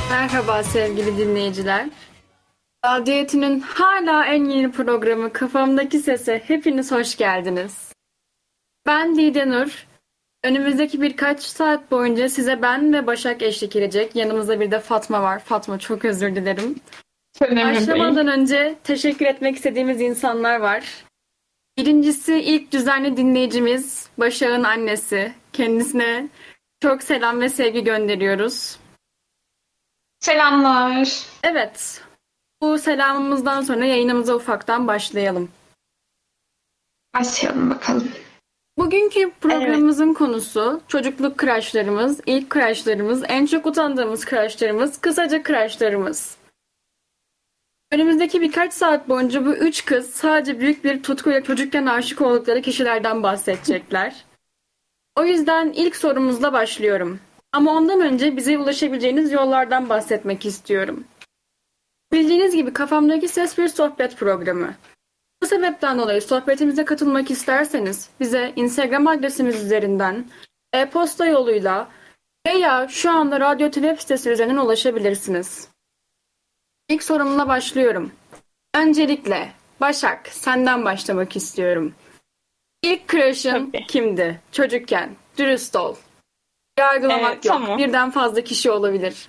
Merhaba sevgili dinleyiciler. Radyetinin hala en yeni programı Kafamdaki Ses'e hepiniz hoş geldiniz. Ben Dide Nur. Önümüzdeki birkaç saat boyunca size ben ve Başak eşlik edecek. Yanımızda bir de Fatma var. Fatma çok özür dilerim. Önemli değil. Başlamadan önce teşekkür etmek istediğimiz insanlar var. Birincisi ilk düzenli dinleyicimiz Başak'ın annesi. Kendisine çok selam ve sevgi gönderiyoruz. Selamlar. Evet, bu selamımızdan sonra yayınımıza ufaktan başlayalım. Başlayalım bakalım. Bugünkü Evet. programımızın konusu çocukluk crushlarımız, ilk crushlarımız, en çok utandığımız crushlarımız, kısaca crushlarımız. Önümüzdeki birkaç saat boyunca bu üç kız sadece büyük bir tutkuyla çocukken aşık oldukları kişilerden bahsedecekler. O yüzden ilk sorumuzla başlıyorum. Ama ondan önce bize ulaşabileceğiniz yollardan bahsetmek istiyorum. Bildiğiniz gibi Kafamdaki Ses bir sohbet programı. Bu sebepten dolayı sohbetimize katılmak isterseniz bize Instagram adresimiz üzerinden, e-posta yoluyla veya şu anda Radyo web sitesi üzerinden ulaşabilirsiniz. İlk sorumla başlıyorum. Öncelikle Başak, senden başlamak istiyorum. İlk crush'ın Tabii. kimdi? Çocukken. Dürüst ol. Yargılamak yok. Tamam. Birden fazla kişi olabilir.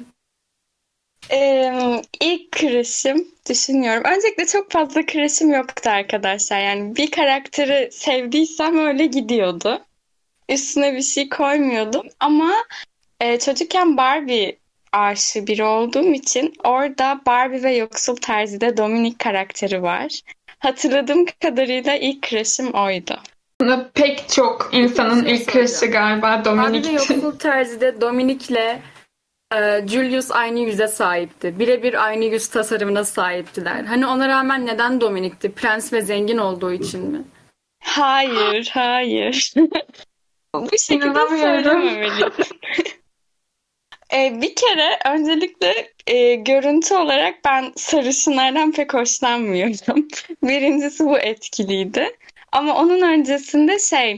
İlk crush'ım düşünüyorum. Öncelikle çok fazla crush'ım yoktu arkadaşlar. Yani bir karakteri sevdiysem öyle gidiyordu. Üstüne bir şey koymuyordum. Ama çocukken Barbie aşığı biri olduğum için orada Barbie ve Yoksul Terzi'de Dominic karakteri var. Hatırladığım kadarıyla ilk crush'ım oydu. Pek çok insanın Şey ilk crush'ı soracağım. galiba Abi ve Dominik'ti. Yoksul Terzi'de Dominik'le Julius aynı yüze sahipti. Birebir aynı yüz tasarımına sahiptiler. Hani ona rağmen neden Dominik'ti? Prens ve zengin olduğu için mi? Hayır, hayır. Bu şekilde İnanamıyorum. söylememeliyim. Bir kere öncelikle görüntü olarak ben sarışınlardan pek hoşlanmıyorum. Birincisi bu etkiliydi. Ama onun öncesinde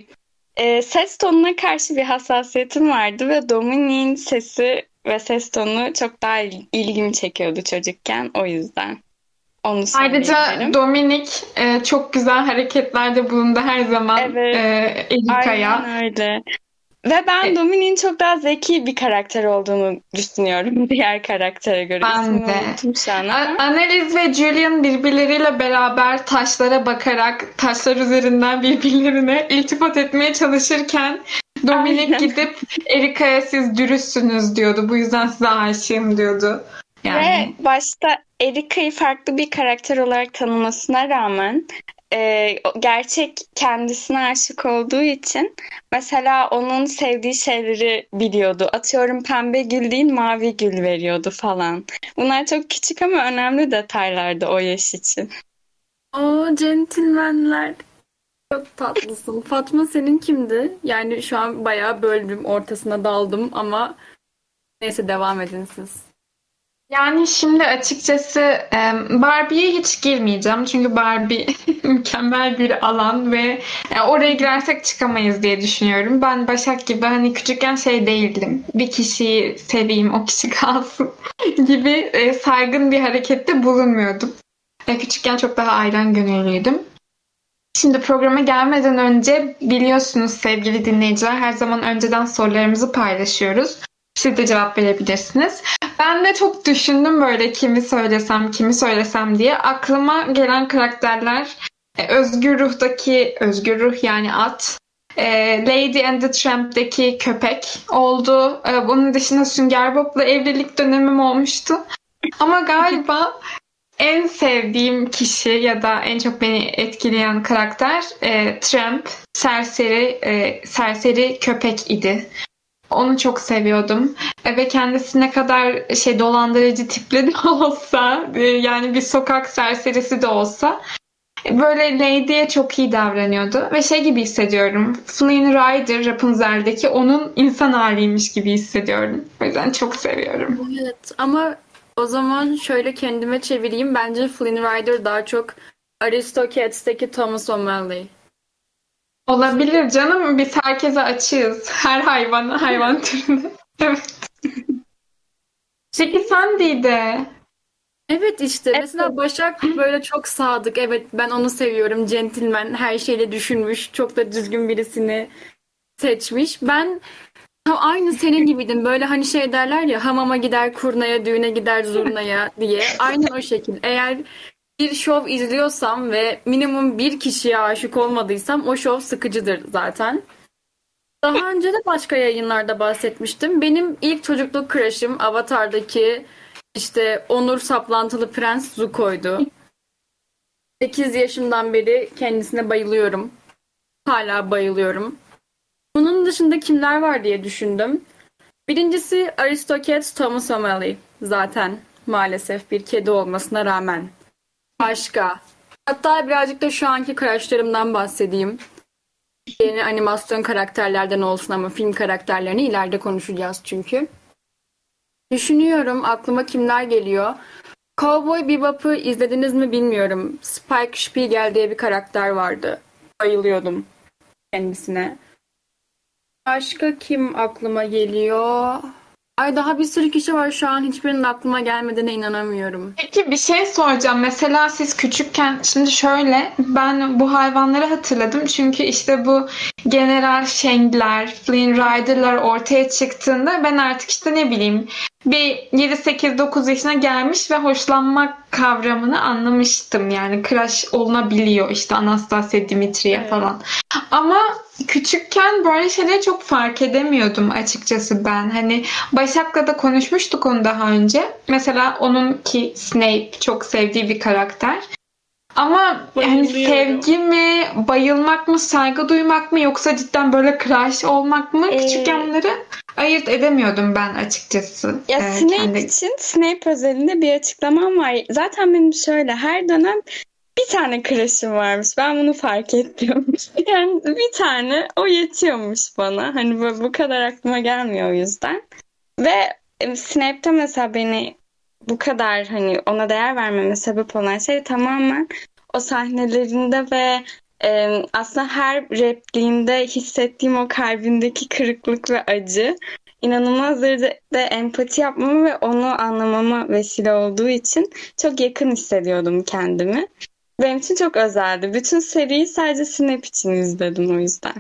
ses tonuna karşı bir hassasiyetim vardı ve Dominik'in sesi ve ses tonu çok daha ilgimi çekiyordu çocukken. O yüzden onu Ayrıca söyleyebilirim. Dominik çok güzel hareketlerde bulundu her zaman Evet, aynen Erika'ya. öyle. Ve ben E, Dominik'in çok daha zeki bir karakter olduğunu düşünüyorum diğer karaktere göre. Ben İsmini de. unuttum şu an ama. Annelies ve Julian birbirleriyle beraber taşlara bakarak taşlar üzerinden birbirlerine iltifat etmeye çalışırken Dominic Aynen. gidip Erika'ya siz dürüstsünüz diyordu. Bu yüzden size aşığım diyordu. Ve Yani başta Erika'yı farklı bir karakter olarak tanımasına rağmen gerçek kendisine aşık olduğu için mesela onun sevdiği şeyleri biliyordu. Atıyorum pembe gül değil mavi gül veriyordu falan. Bunlar çok küçük ama önemli detaylardı o yaş için. O centilmenler. Çok tatlısın. Fatma senin kimdi? Yani şu an bayağı böldüm, ortasına daldım ama neyse devam edin siz. şimdi açıkçası Barbie'ye hiç girmeyeceğim. Çünkü Barbie mükemmel bir alan ve oraya girersek çıkamayız diye düşünüyorum. Ben Başak gibi hani küçükken şey değildim. Bir kişiyi seveyim, o kişi kalsın gibi saygın bir harekette bulunmuyordum. Küçükken çok daha ayran gönüllüydüm. Şimdi programa gelmeden önce biliyorsunuz sevgili dinleyiciler her zaman önceden sorularımızı paylaşıyoruz. Siz de cevap verebilirsiniz. Ben de çok düşündüm böyle kimi söylesem diye. Aklıma gelen karakterler Özgür Ruh'daki Özgür Ruh yani at. Lady and the Tramp'deki köpek oldu. Bunun dışında Sünger Bob'la evlilik dönemim olmuştu. Ama galiba en sevdiğim kişi ya da en çok beni etkileyen karakter Tramp, serseri köpek idi. Onu çok seviyordum. Ve kendisi ne kadar dolandırıcı tipli de olsa, yani bir sokak serserisi de olsa böyle Lady'ye çok iyi davranıyordu. Ve şey gibi hissediyorum. Flynn Rider Rapunzel'deki onun insan haliymiş gibi hissediyorum. O yüzden çok seviyorum. Evet ama o zaman şöyle kendime çevireyim. Bence Flynn Rider daha çok Aristocrats'teki Thomas O'Malley. Olabilir canım. Biz herkese açığız. Her hayvan türüne. Evet. Jackie Sandy'ydi. Evet işte Evet. mesela Başak böyle çok sadık. Evet ben onu seviyorum. Centilmen, her şeyle düşünmüş. Çok da düzgün birisini seçmiş. Ben tam aynı senin gibiydim. Böyle hani şey derler ya hamama gider kurnaya, düğüne gider zurnaya diye. Aynen o şekilde. Eğer bir şov izliyorsam ve minimum bir kişiye aşık olmadıysam o şov sıkıcıdır zaten. Daha önce de başka yayınlarda bahsetmiştim. Benim ilk çocukluk crush'ım Avatar'daki işte Onur saplantılı Prens Zuko'ydu. 8 yaşımdan beri kendisine bayılıyorum. Hala bayılıyorum. Bunun dışında kimler var diye düşündüm. Birincisi Aristocats Thomas O'Malley. Zaten maalesef bir kedi olmasına rağmen. Başka. Hatta birazcık da şu anki crushlarımdan bahsedeyim. Yeni animasyon karakterlerden olsun ama film karakterlerini ileride konuşacağız çünkü. Düşünüyorum aklıma kimler geliyor. Cowboy Bebop'u izlediniz mi bilmiyorum. Spike Spiegel diye bir karakter vardı. Bayılıyordum kendisine. Başka kim aklıma geliyor? Ay daha bir sürü kişi var şu an hiçbirinin aklıma gelmediğine inanamıyorum. Peki bir şey soracağım. Mesela siz küçükken şimdi şöyle ben bu hayvanları hatırladım. Çünkü işte bu General Shang'ler, Flynn Rider'lar ortaya çıktığında ben artık işte ne bileyim bir 7-8-9 yaşına gelmiş ve hoşlanmak kavramını anlamıştım. Yani crush olunabiliyor işte Anastasia Dimitri'ye Evet. falan. Ama küçükken böyle şeyleri çok fark edemiyordum açıkçası ben. Hani Başak'la da konuşmuştuk onu daha önce. Mesela onunki Snape çok sevdiği bir karakter. Ama hani Bayılıyorum. sevgi mi, bayılmak mı, saygı duymak mı yoksa cidden böyle crush olmak mı? Küçükken bunları ayırt edemiyordum ben açıkçası. Ya Snape Kendi... için Snape özelinde bir açıklamam var. Zaten benim şöyle her dönem bir tane crush'ım varmış. Ben bunu fark ettim. Yani bir tane o yetiyormuş bana. Hani bu kadar aklıma gelmiyor o yüzden. Ve Snape'te mesela beni bu kadar hani ona değer vermeme sebep olan şey tamamen o sahnelerinde ve aslında her repliğinde hissettiğim o kalbindeki kırıklık ve acı inanılmaz derecede empati yapmama ve onu anlamama vesile olduğu için çok yakın hissediyordum kendimi. Benim için çok özeldi. Bütün seriyi sadece Snape için izledim o yüzden.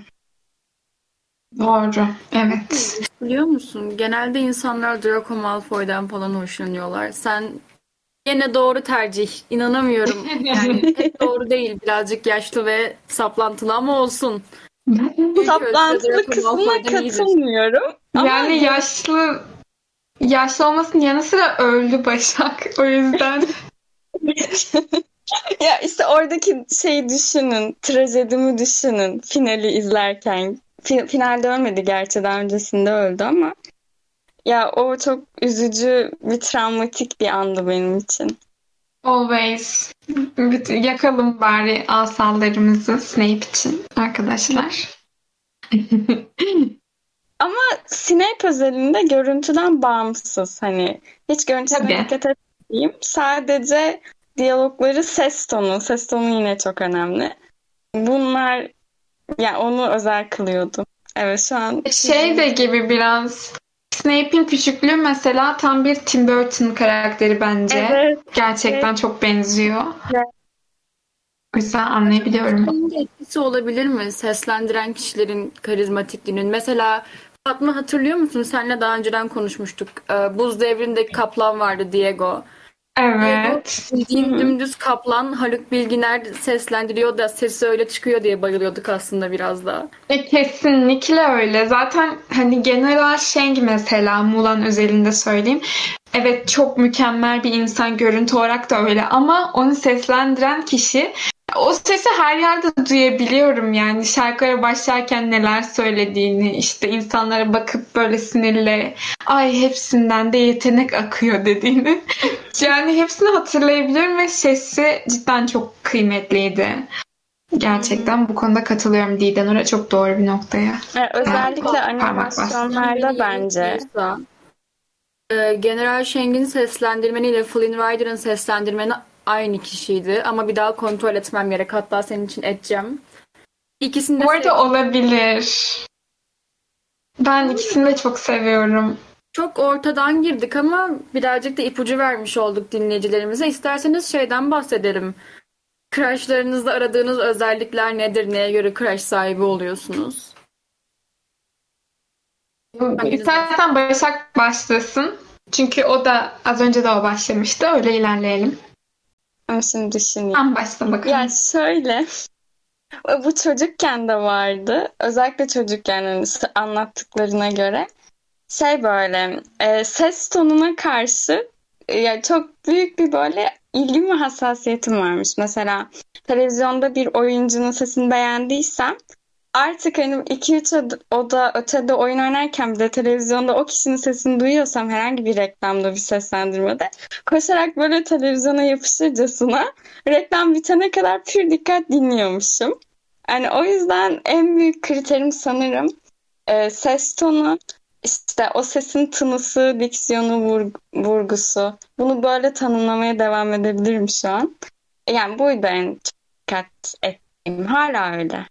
Doğru. Evet. Biliyor musun? Genelde insanlar Draco Malfoy'dan falan hoşlanıyorlar. Sen yine doğru tercih. İnanamıyorum. Yani pek doğru değil. Birazcık yaşlı ve saplantılı ama olsun. Büyük ölçüde Saplantılı Draco kısmına Malfoy'dan iyidir. katılmıyorum. Ama Yani yaşlı olmasının yanı sıra öldü Başak. O yüzden ya işte oradaki şeyi düşünün, trajedimi düşünün finali izlerken. Finalde ölmedi gerçi daha öncesinde öldü ama ya o çok üzücü bir travmatik bir andı benim için. always yakalım bari asallarımızı Snape için arkadaşlar. Ama Snape özelinde görüntüden bağımsız hani hiç görüntüsüne Tabii. dikkat etmeyeyim. Sadece diyalogları ses tonu yine çok önemli. Bunlar yani onu özel kılıyordu. Evet şu an Şey de gibi biraz Snape'in küçüklüğü mesela tam bir Tim Burton karakteri bence. evet, Gerçekten çok benziyor. evet. O yüzden anlayabiliyorum. Bunun da etkisi olabilir mi? Seslendiren kişilerin karizmatikliğinin. Mesela Fatma hatırlıyor musun? Seninle daha önceden konuşmuştuk. Buz Devri'ndeki kaplan vardı Diego. Diego Evet. bildiğin dümdüz kaplan Haluk Bilginer seslendiriyor da sesi öyle çıkıyor diye bayılıyorduk aslında biraz da. Kesinlikle öyle. Zaten hani General Shang mesela Mulan özelinde söyleyeyim. Evet çok mükemmel bir insan görüntü olarak da öyle ama onu seslendiren kişi o sesi her yerde duyabiliyorum yani şarkılara başlarken neler söylediğini işte insanlara bakıp böyle sinirle ay hepsinden de yetenek akıyor dediğini yani hepsini hatırlayabiliyorum ve sesi cidden çok kıymetliydi. Gerçekten bu konuda katılıyorum Didem. Oraya çok doğru bir noktaya. Özellikle Parmak bastı. animasyonlarda Beni bence. yanıltmıyorsa, General Shang'in seslendirmeniyle Flynn Rider'ın seslendirmeni aynı kişiydi ama bir daha kontrol etmem gerek. Hatta senin için edeceğim. İkisini de Bu arada olabilir. Ben ikisini de çok seviyorum. Çok ortadan girdik ama birazcık da ipucu vermiş olduk dinleyicilerimize. İsterseniz şeyden bahsedelim. Crushlarınızda aradığınız özellikler nedir? Neye göre crush sahibi oluyorsunuz? Hanginiz başlasın? İstersen Başak başlasın. Çünkü o da az önce de o başlamıştı. Öyle ilerleyelim. Ama şimdi düşüneyim. Sen başla bakalım. Ya şöyle, bu çocukken de vardı. Özellikle çocukken hani anlattıklarına göre. Şey böyle, ses tonuna karşı ya çok büyük bir böyle ilgim ve hassasiyetim varmış. Mesela televizyonda bir oyuncunun sesini beğendiysem artık hani 2-3 oda ötede oyun oynarken bile televizyonda o kişinin sesini duyuyorsam herhangi bir reklamda, bir seslendirmede koşarak böyle televizyona yapışırcasına reklam bitene kadar pür dikkat dinliyormuşum. Yani o yüzden en büyük kriterim sanırım ses tonu, işte o sesin tınısı, diksiyonu, vurgusu. Bunu böyle tanımlamaya devam edebilirim şu an. Yani buydu en çok dikkat ettiğim. Hala öyle.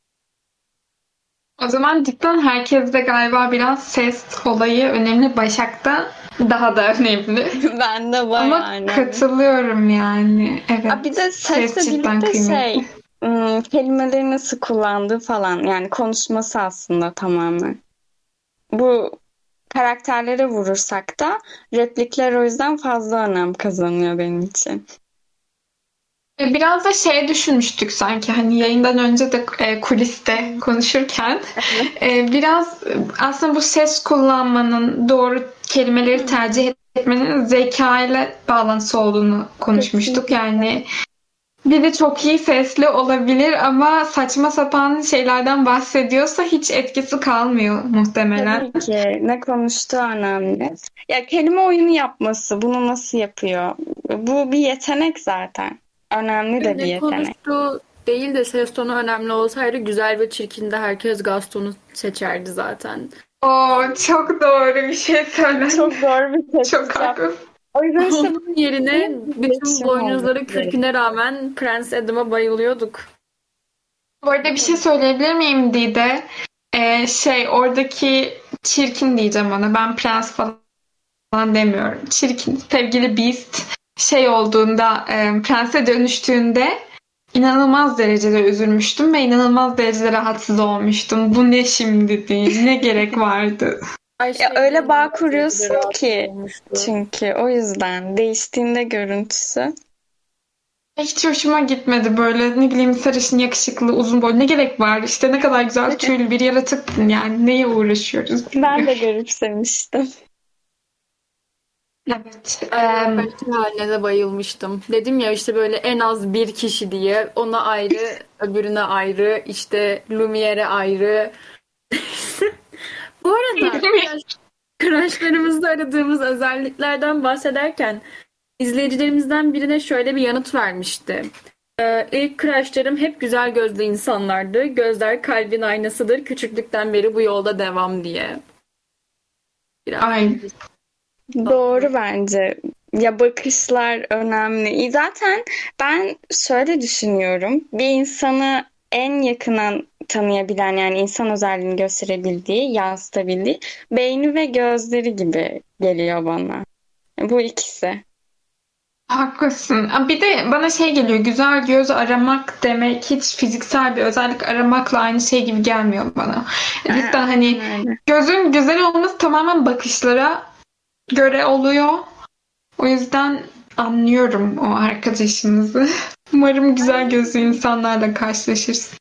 O zaman cidden herkeste galiba biraz ses olayı önemli. Başak'ta daha da önemli. Ben de Ama bayağı önemli. katılıyorum yani. Aa, bir Evet. de Ses sesle cidden birlikte kıymetli. kelimeleri nasıl kullandığı falan, yani konuşması aslında tamamen. Bu karakterlere vurursak da replikler o yüzden fazla önem kazanıyor benim için. Biraz da şey düşünmüştük sanki hani yayından önce de kuliste konuşurken biraz aslında bu ses kullanmanın, doğru kelimeleri tercih etmenin zeka ile bağlantısı olduğunu konuşmuştuk. Yani biri çok iyi sesli olabilir ama saçma sapan şeylerden bahsediyorsa hiç etkisi kalmıyor muhtemelen. Tabii ki ne konuştuğu önemli. Ya kelime oyunu yapması, bunu nasıl yapıyor? Bu bir yetenek zaten. Önemli de bir Ne yetenek. konuştuğu değil de ses tonu önemli olsaydı güzel ve çirkin de herkes Gaston'u seçerdi zaten. Oo, çok doğru bir şey söyledin. Çok doğru bir tespit Çok yaptın. haklısın. O yüzden işte Onun yerine bütün iletişim boynuzları olması kürküne rağmen Prens Adam'a bayılıyorduk. Bu arada bir şey söyleyebilir miyim Dide? Oradaki çirkin diyeceğim ona. Ben prens falan demiyorum. Çirkin, sevgili Beast olduğunda prense dönüştüğünde inanılmaz derecede üzülmüştüm ve inanılmaz derecede rahatsız olmuştum. Bu ne şimdi değil, ne gerek vardı? Ya öyle bağ kuruyorsun ki çünkü o yüzden değiştiğinde görüntüsü. Hiç hoşuma gitmedi böyle ne bileyim sarışın yakışıklı uzun boylu ne gerek var işte ne kadar güzel tüylü bir yaratıktın yani neye uğraşıyoruz? Ben de garipsemiştim. Evet. Ben şu haline de bayılmıştım. Dedim ya işte böyle en az bir kişi diye. Ona ayrı, öbürüne ayrı, işte Lumiere'e ayrı. Bu arada crushlarımızda aradığımız özelliklerden bahsederken izleyicilerimizden birine şöyle bir yanıt vermişti. İlk crushlarım hep güzel gözlü insanlardı. Gözler kalbin aynasıdır. Küçüklükten beri bu yolda devam diye. Biraz Ay. Doğru bence. Ya bakışlar önemli. Zaten ben şöyle düşünüyorum. Bir insanı en yakından tanıyabilen, yani insan özelliğini gösterebildiği, yansıtabildiği beyni ve gözleri gibi geliyor bana. Bu ikisi. Haklısın. Bir de bana şey geliyor, güzel göz aramak demek hiç fiziksel bir özellik aramakla aynı şey gibi gelmiyor bana. Cidden hani Öyle. gözün güzel olması tamamen bakışlara göre oluyor. O yüzden anlıyorum o arkadaşımızı. Umarım güzel gözlü insanlarla karşılaşırsın.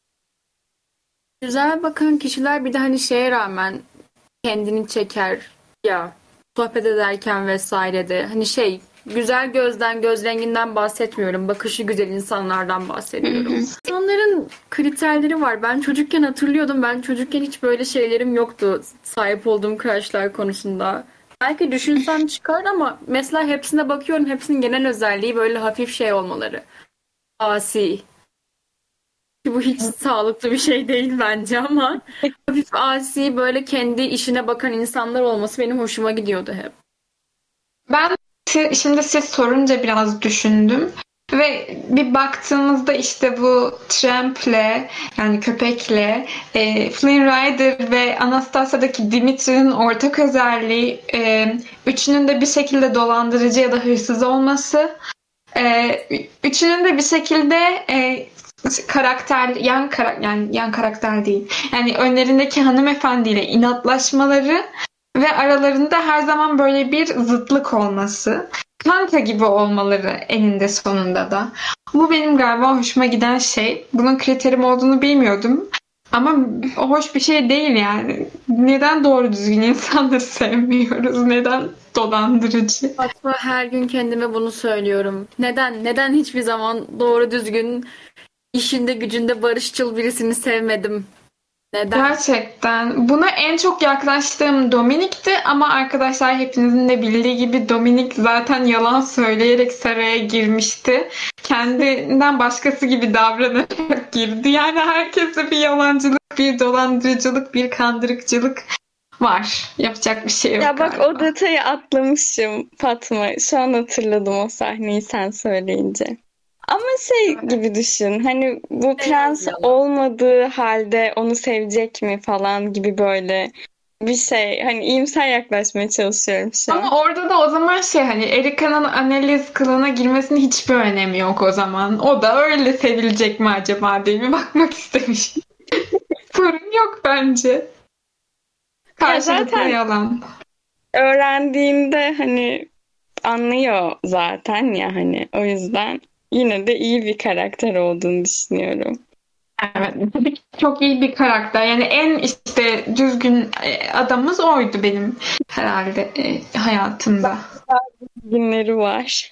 güzel bakan kişiler bir de hani şeye rağmen kendini çeker ya sohbet ederken vesaire de hani şey güzel gözden göz renginden bahsetmiyorum. Bakışı güzel insanlardan bahsediyorum. İnsanların kriterleri var. Ben çocukken hatırlıyordum. Ben çocukken hiç böyle şeylerim yoktu sahip olduğum crushlar konusunda. Belki düşünsem çıkar ama mesela hepsine bakıyorum. Hepsinin genel özelliği böyle hafif şey olmaları. Asi. Bu hiç sağlıklı bir şey değil bence ama hafif asi böyle kendi işine bakan insanlar olması benim hoşuma gidiyordu hep. Ben şimdi siz sorunca biraz düşündüm ve Ve bir baktığımızda işte bu Tramp'le, yani köpekle, Flynn Rider ve Anastasia'daki Dimitri'nin ortak özelliği, üçünün de bir şekilde dolandırıcı ya da hırsız olması, üçünün de bir şekilde yan karakter değil. Yani önlerindeki hanımefendiyle inatlaşmaları ve aralarında her zaman böyle bir zıtlık olması. Kanka gibi olmaları eninde sonunda da. Bu benim galiba hoşuma giden şey. Bunun kriterim olduğunu bilmiyordum. Ama o hoş bir şey değil yani. Neden doğru düzgün insanları sevmiyoruz? Neden dolandırıcı? Fatma, her gün kendime bunu söylüyorum. Neden hiçbir zaman doğru düzgün işinde gücünde barışçıl birisini sevmedim? Neden? Gerçekten. Buna en çok yaklaştığım Dominik'ti ama arkadaşlar hepinizin de bildiği gibi Dominik zaten yalan söyleyerek saraya girmişti. Kendinden başkası gibi davranarak girdi. Yani herkeste bir yalancılık, bir dolandırıcılık, bir kandırıkçılık var. Yapacak bir şey yok Ya bak, galiba. o detayı atlamışım Fatma. Şu an hatırladım o sahneyi sen söyleyince. Ama şey gibi düşün. Hani bu prens yalan. olmadığı halde onu sevecek mi falan gibi böyle bir şey. Hani iyimser yaklaşmaya çalışıyorum şu an. Ama orada da o zaman hani Erica'nın analiz kılığına girmesinin hiçbir önemi yok o zaman. O da öyle sevilecek mi acaba diye bir bakmak istemiş. Sorun yok bence. Karşılıklı zaten yalan. öğrendiğinde hani anlıyor zaten ya, hani o yüzden yine de iyi bir karakter olduğunu düşünüyorum. Evet, tabii ki çok iyi bir karakter. Yani en işte düzgün adamımız oydu benim herhalde hayatımda. Günleri var.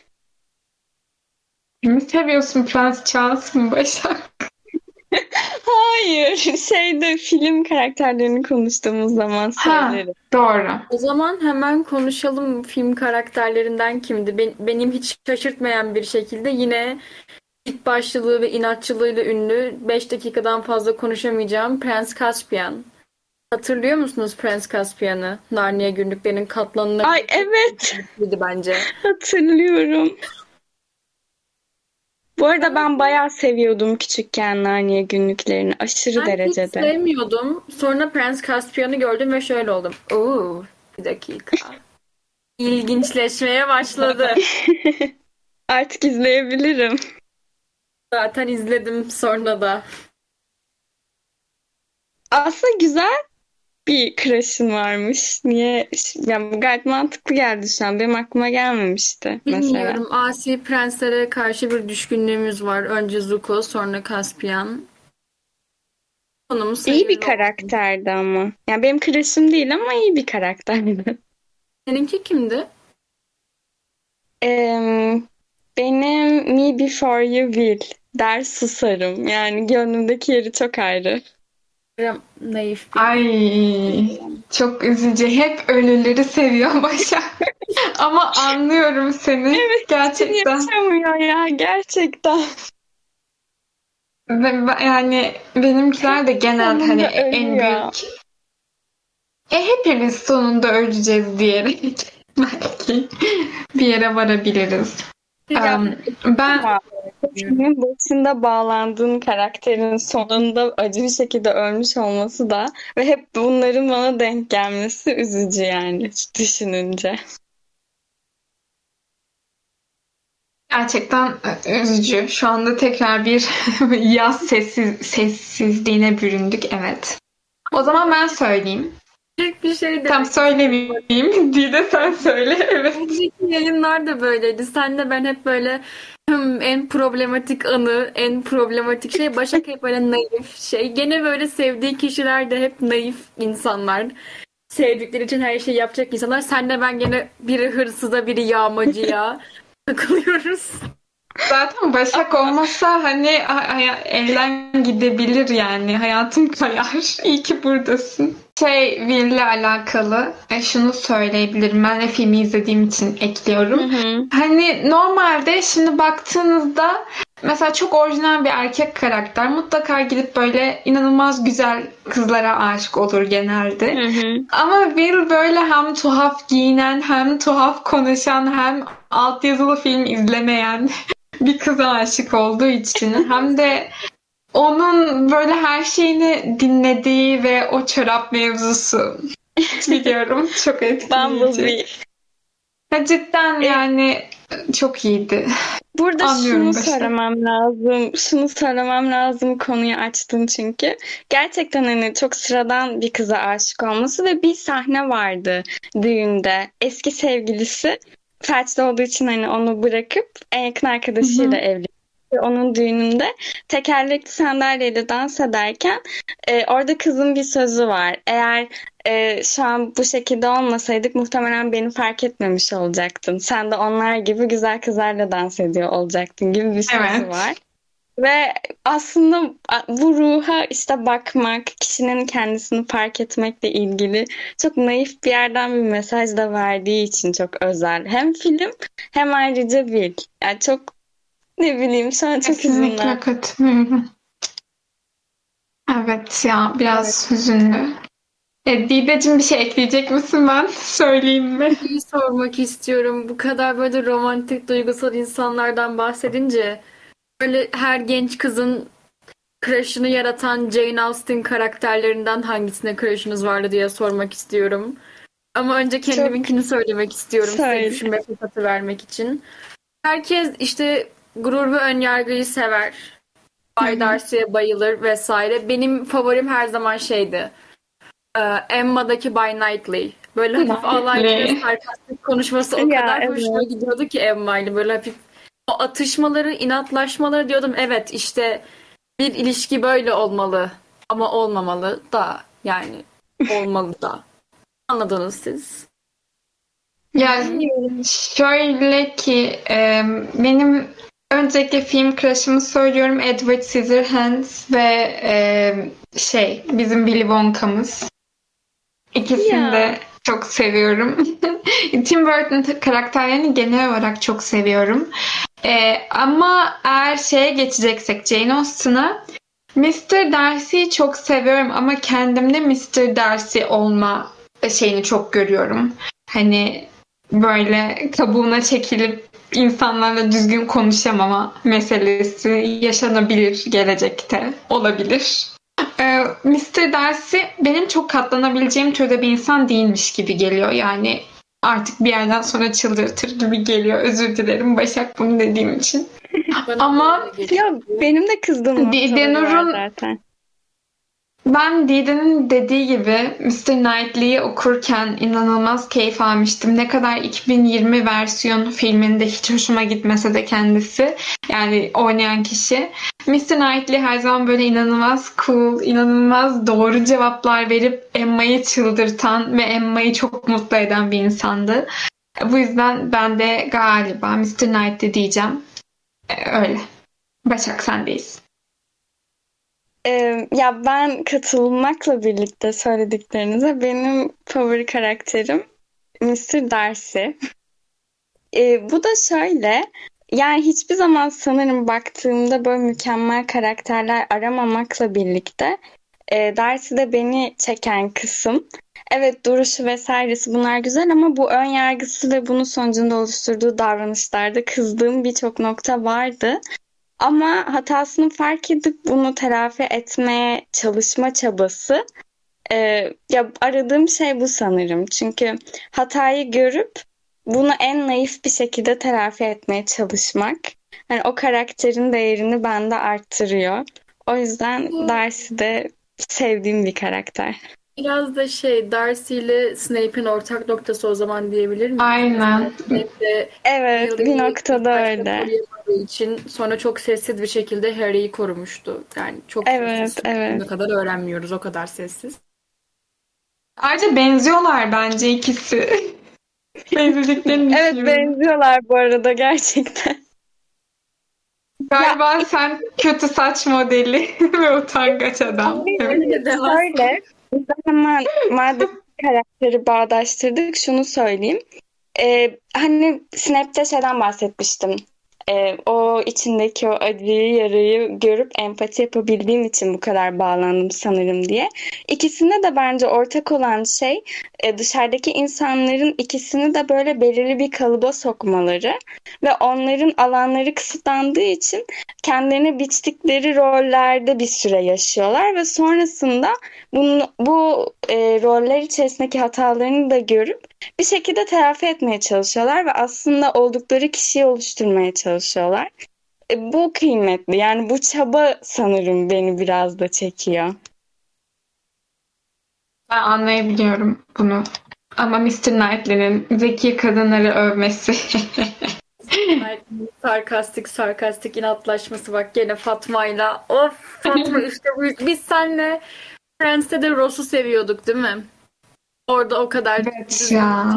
Kimi seviyorsun? Prens Charles mı Başak? Hayır, şeyde film karakterlerini konuştuğumuz zaman Ha, söylerim. doğru. O zaman hemen konuşalım, film karakterlerinden kimdi? Benim hiç şaşırtmayan bir şekilde yine dik başlılığı ve inatçılığıyla ünlü, 5 dakikadan fazla konuşamayacağım Prens Caspian. Hatırlıyor musunuz Prens Caspian'ı? Narnia günlüklerinin katlanına Ay evet, bence. hatırlıyorum. Bu arada ben bayağı seviyordum küçükken Narnia günlüklerini. Aşırı Ben hiç derecede. sevmiyordum. Sonra Prens Caspian'ı gördüm ve şöyle oldum. Oo, bir dakika. İlginçleşmeye başladı. Artık izleyebilirim. Zaten izledim sonra da. Aslında güzel bir crush'ın varmış. Niye? Yani bu gayet mantıklı geldi şu an. Benim aklıma gelmemişti mesela. Bilmiyorum. Asi prenslere karşı bir düşkünlüğümüz var. Önce Zuko, sonra Caspian. Sonumuz İyi bir hayırlı olsun. karakterdi ama. Yani benim crush'ım değil ama iyi bir karakterdi. Seninki kimdi? Benim Me Before You Will der susarım. Yani gönlümdeki yeri çok ayrı. Naif bir. Ay, çok üzücü. Hep ölüleri seviyor Başak. Ama anlıyorum seni. Gerçekten. Yaşamıyor ya gerçekten. Ve yani benimkiler de genel Sonunda hani en ölüyor. büyük. Hepimiz sonunda öleceğiz diyerek belki bir yere varabiliriz. Ben Filmin başında bağlandığın karakterin sonunda acı bir şekilde ölmüş olması da ve hep bunların bana denk gelmesi üzücü yani düşününce. gerçekten üzücü. Şu anda tekrar bir yaz sessizliğine büründük. Evet. O zaman ben söyleyeyim. Büyük bir şey Tam demek. söylemeyeyim diye de sen söyle. Evet. Önceki yayınlar da böyleydi. Senle ben hep böyle en problematik anı, en problematik şey. Başak hep böyle naif şey. Gene böyle sevdiği kişiler de hep naif insanlar. Sevdikleri için her şeyi yapacak insanlar. Senle ben gene biri hırsıza, biri yağmacıya takılıyoruz. Zaten Başak olmasa hani elden gidebilir yani. Hayatım kayar. İyi ki buradasın. Will'le alakalı şunu söyleyebilirim. Ben de filmi izlediğim için ekliyorum. Hani normalde şimdi baktığınızda mesela çok orijinal bir erkek karakter mutlaka gidip böyle inanılmaz güzel kızlara aşık olur genelde. Ama Will böyle hem tuhaf giyinen hem tuhaf konuşan hem altyazılı film izlemeyen bir kıza aşık olduğu için hem de onun böyle her şeyini dinlediği ve o çorap mevzusu biliyorum çok etkileyici. Bumblebee. Ha, cidden yani çok iyiydi. Burada Anlıyorum şunu Başak. söylemem lazım. Şunu söylemem lazım, konuyu açtın çünkü. Gerçekten hani çok sıradan bir kıza aşık olması ve bir sahne vardı düğünde. Eski sevgilisi felçli olduğu için hani onu bırakıp en yakın arkadaşıyla evleniyor. Ve onun düğününde tekerlekli sandalyeyle dans ederken orada kızın bir sözü var. Eğer şu an bu şekilde olmasaydık muhtemelen beni fark etmemiş olacaktın. Sen de onlar gibi güzel kızlarla dans ediyor olacaktın gibi bir sözü Evet. var. Ve aslında bu ruha işte bakmak, kişinin kendisini fark etmekle ilgili çok naif bir yerden bir mesaj da verdiği için çok özel. Hem film hem ayrıca bir. Yani çok ne bileyim şu an çok Kesinlikle üzüldüm. katılıyorum. Evet ya biraz hüzünlü. Dideciğim bir şey ekleyecek misin ben? Söyleyeyim mi? Şeyi sormak istiyorum. Bu kadar böyle romantik, duygusal insanlardan bahsedince böyle her genç kızın crush'ını yaratan Jane Austen karakterlerinden hangisine crush'ınız vardı diye sormak istiyorum. Ama önce kendiminkini söylemek istiyorum size Söyle. düşünme fırsatı vermek için. Herkes işte gurur ve önyargıyı sever. Bay Darcy'ye bayılır vesaire. Benim favorim her zaman şeydi. Emma'daki Bay Knightley. Böyle hafif alaylı ve sarkastik konuşması o Ya, kadar evet. hoşuma gidiyordu ki Emma'yla. Böyle hafif o atışmaları, inatlaşmaları diyordum. Evet işte bir ilişki böyle olmalı ama olmamalı da yani olmalı da. Anladınız siz. Yani şöyle ki benim öncelikle film crush'ımı söylüyorum. Edward Scissorhands ve bizim Willy Wonka'mız. İkisini Ya. de çok seviyorum. Tim Burton karakterlerini genel olarak çok seviyorum. Ama eğer şeye geçeceksek Jane Austen'a Mr. Darcy'yi çok seviyorum ama kendimde Mr. Darcy olma şeyini çok görüyorum. Hani böyle kabuğuna çekilip insanlarla düzgün konuşamama meselesi yaşanabilir gelecekte. Olabilir. Mr. Darcy benim çok katlanabileceğim türde bir insan değilmiş gibi geliyor. Yani artık bir yerden sonra çıldırtır gibi geliyor. Özür dilerim Başak bunu dediğim için. Bana Ama böyle geliyor. Ya benim de kızdığım Dide noktaları var Nur'un zaten. ben Dide'nin dediği gibi Mr. Knightley'i okurken inanılmaz keyif almıştım. Ne kadar 2020 versiyon filminde hiç hoşuma gitmese de kendisi yani oynayan kişi. Mr. Knightley her zaman böyle inanılmaz cool, inanılmaz doğru cevaplar verip Emma'yı çıldırtan ve Emma'yı çok mutlu eden bir insandı. Bu yüzden ben de galiba Mr. Knightley diyeceğim. Öyle. Başak sendeyiz. Ya ben katılmakla birlikte söylediklerinize benim favori karakterim Mr. Darcy. Bu da şöyle, yani hiçbir zaman sanırım baktığımda böyle mükemmel karakterler aramamakla birlikte Darcy de beni çeken kısım. Evet duruşu vesairesi bunlar güzel ama bu ön yargısı ve bunun sonucunda oluşturduğu davranışlarda kızdığım birçok nokta vardı. Ama hatasını fark edip bunu telafi etmeye çalışma çabası ya aradığım şey bu sanırım. Çünkü hatayı görüp bunu en naif bir şekilde telafi etmeye çalışmak hani o karakterin değerini bende arttırıyor. O yüzden Darcy de sevdiğim bir karakter. Biraz da Darcy ile Snape'in ortak noktası o zaman diyebilir miyiz? Aynen. Snape de Evet, bir Harry'i noktada başta öyle. koruyamadığı için sonra çok sessiz bir şekilde Harry'i korumuştu. Yani çok Evet, sessiz. evet. Ne kadar öğrenmiyoruz o kadar sessiz. Ayrıca benziyorlar bence ikisi. Benzediklerini Evet düşünüyorum. benziyorlar bu arada gerçekten. Galiba sen kötü saç modeli ve utangaç adam. Evet. Şöyle, hemen madem karakteri bağdaştırdık şunu söyleyeyim. Hani Snap'te şeyden bahsetmiştim. O içindeki o acıyı, yarayı görüp empati yapabildiğim için bu kadar bağlandım sanırım diye. İkisinde de bence ortak olan şey dışarıdaki insanların ikisini de böyle belirli bir kalıba sokmaları ve onların alanları kısıtlandığı için kendilerini biçtikleri rollerde bir süre yaşıyorlar ve sonrasında bu roller içerisindeki hatalarını da görüp bir şekilde telafi etmeye çalışıyorlar ve aslında oldukları kişiyi oluşturmaya çalışıyorlar. Bu kıymetli. Yani bu çaba sanırım beni biraz da çekiyor. Ben anlayabiliyorum bunu. Ama Mr. Knightley'nin zeki kadınları övmesi. Sarkastik inatlaşması bak gene Fatma'yla. Of Fatma işte bu. Biz seninle Friends'te de Ross'u seviyorduk değil mi? Orada o kadar Evet ya.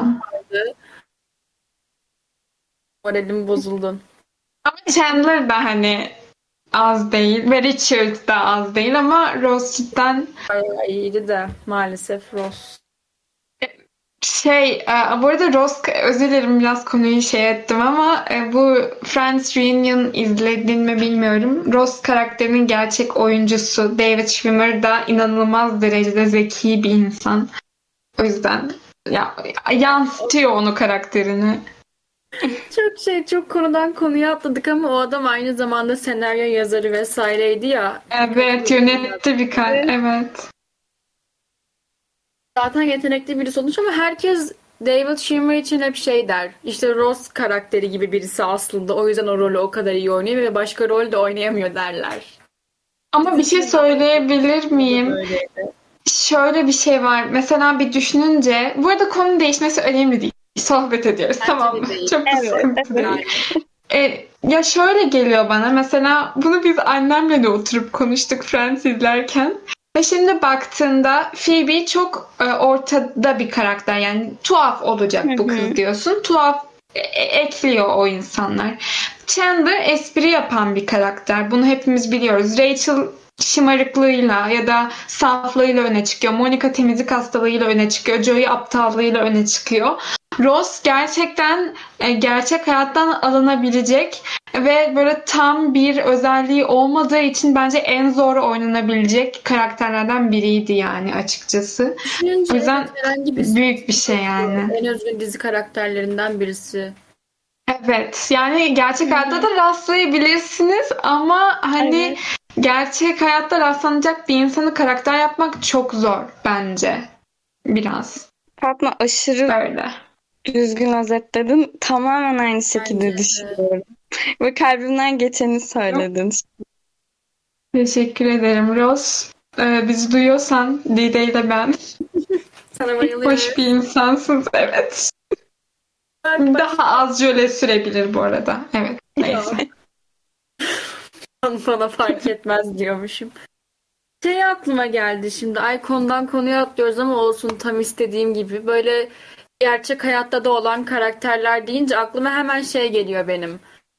moralim bozuldu. Ama Chandler da hani az değil ve Richard da az değil ama Ross cidden Bayağı iyiydi de maalesef Ross. Bu arada Ross, özür dilerim biraz konuyu ettim ama bu Friends Reunion izledin mi bilmiyorum. Ross karakterinin gerçek oyuncusu David Schwimmer da inanılmaz derecede zeki bir insan. O yüzden yansıtıyor onu karakterini. Çok konudan konuya atladık ama o adam aynı zamanda senaryo yazarı vesaireydi ya. Evet, yönetti evet. Zaten yetenekli birisi olmuş ama herkes David Schwimmer için hep der. İşte Ross karakteri gibi birisi aslında. O yüzden o rolü o kadar iyi oynuyor ve başka rol de oynayamıyor derler. Ama bir şey söyleyebilir miyim? Öyleydi. Şöyle bir şey var. Mesela bir düşününce, bu arada konu değişmesi önemli değil. Sohbet ediyoruz, Bence tamam de mı? değil. Çok bir Evet, sıkıntı evet. değil. Ya şöyle geliyor bana. Mesela bunu biz annemle de oturup konuştuk Friends izlerken. Ve şimdi baktığında Phoebe çok ortada bir karakter. Yani tuhaf olacak bu kız diyorsun. Tuhaf ekliyor o insanlar. Chandler espri yapan bir karakter. Bunu hepimiz biliyoruz. Rachel şımarıklığıyla ya da saflığıyla öne çıkıyor. Monica temizlik hastalığıyla öne çıkıyor. Joey aptallığıyla öne çıkıyor. Ross gerçekten gerçek hayattan alınabilecek ve böyle tam bir özelliği olmadığı için bence en zor oynanabilecek karakterlerden biriydi yani açıkçası. Düşününce O yüzden herhangi bir büyük bir şey yani. en özgün dizi karakterlerinden birisi. Evet, yani gerçek hayatta da rastlayabilirsiniz ama hani Evet. gerçek hayatta rastlanacak bir insanı karakter yapmak çok zor bence. Biraz. Fatma aşırı Böyle. düzgün özetledin. Tamamen aynı şekilde Bence de. düşünüyorum. Ve kalbimden geçeni söyledin. Teşekkür ederim Ross. Bizi duyuyorsan Dide ile ben. Sana Hoş bayılıyorum. bir insansınız, evet. Daha az jöle sürebilir bu arada. Evet, neyse. Bana fark etmez diyormuşum. Aklıma geldi şimdi. Ay konudan konuya atlıyoruz ama olsun tam istediğim gibi. Böyle gerçek hayatta da olan karakterler deyince aklıma hemen geliyor benim.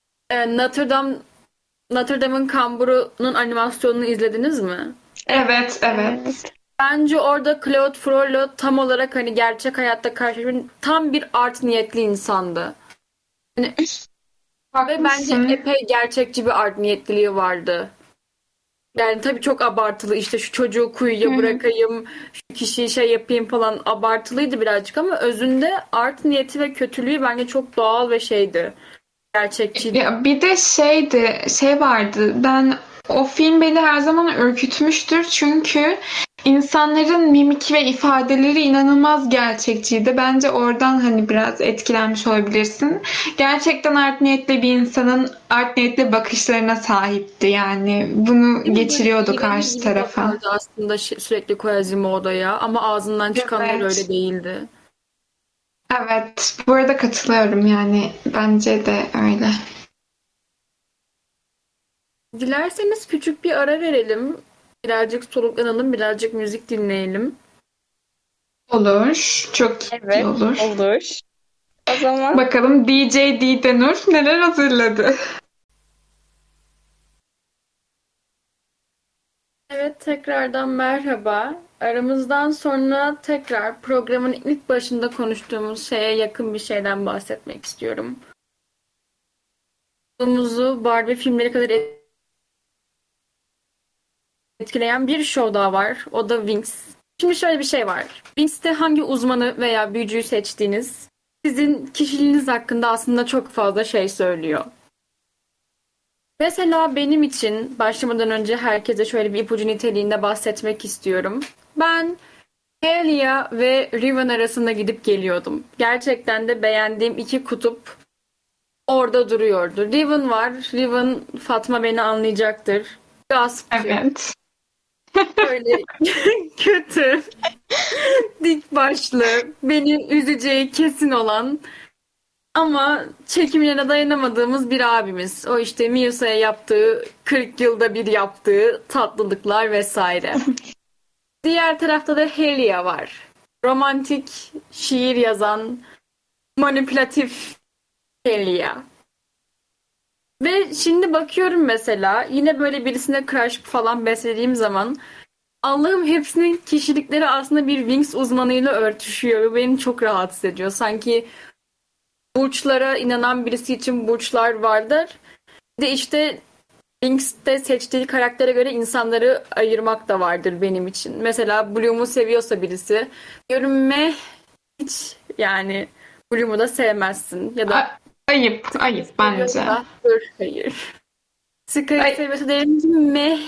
Notre Dame'ın Kamburu'nun animasyonunu izlediniz mi? Evet, evet. Bence orada Claude Frollo tam olarak hani gerçek hayatta karşılaşan tam bir art niyetli insandı. Hani, ve bence Haklısın. epey gerçekçi bir art niyetliliği vardı. Yani tabii çok abartılı işte şu çocuğu kuyuya bırakayım, şu kişiyi yapayım falan abartılıydı birazcık ama özünde art niyeti ve kötülüğü bence çok doğal ve gerçekçiydi. Ya bir de vardı. O film beni her zaman ürkütmüştür çünkü insanların mimik ve ifadeleri inanılmaz gerçekçiydi. Bence oradan hani biraz etkilenmiş olabilirsin. Gerçekten art niyetli bir insanın art niyetli bakışlarına sahipti yani. Bunu geçiriyordu İğrenç karşı gibi tarafa. bakıyordu aslında sürekli Quasimodo'ya ama ağzından çıkanlar Evet. öyle değildi. Evet. Bu arada katılıyorum yani. Bence de öyle. Dilerseniz küçük bir ara verelim. Birazcık soluklanalım, birazcık müzik dinleyelim. Olur. Çok iyi Evet, olur. olur. O zaman Bakalım DJ Dide Nur neler hazırladı? Evet, tekrardan merhaba. Aramızdan sonra tekrar programın ilk başında konuştuğumuz şeye yakın bir şeyden bahsetmek istiyorum. çocukluğumuzu Barbie filmleri kadar etkileyen bir show daha var. O da Wings. Şimdi şöyle bir şey var. Wings'te hangi uzmanı veya büyücüyü seçtiğiniz sizin kişiliğiniz hakkında aslında çok fazla şey söylüyor. Mesela benim için başlamadan önce herkese şöyle bir ipucu niteliğinde bahsetmek istiyorum. Ben Helia ve Riven arasında gidip geliyordum. Gerçekten de beğendiğim iki kutup orada duruyordu. Riven var. Riven, Fatma beni anlayacaktır. Gaspçı. Evet. Böyle kötü, dik başlı, beni üzeceği kesin olan ama çekimlerine dayanamadığımız bir abimiz. O işte Miusa'ya yaptığı, 40 yılda bir yaptığı tatlılıklar vesaire. Diğer tarafta da Helia var. Romantik şiir yazan, manipülatif Helia. Ve şimdi bakıyorum mesela yine böyle birisine crush falan beslediğim zaman Allah'ım hepsinin kişilikleri aslında bir Wings uzmanıyla örtüşüyor ve beni çok rahatsız ediyor. Sanki burçlara inanan birisi için burçlar vardır. Bir de işte Wings'te seçtiği karaktere göre insanları ayırmak da vardır benim için. Mesela Bloom'u seviyorsa birisi diyorum meh hiç yani Bloom'u da sevmezsin ya da Ayıp bence. seviyorsa dur hayır. Sky'ı seviyorsa derim ki meh.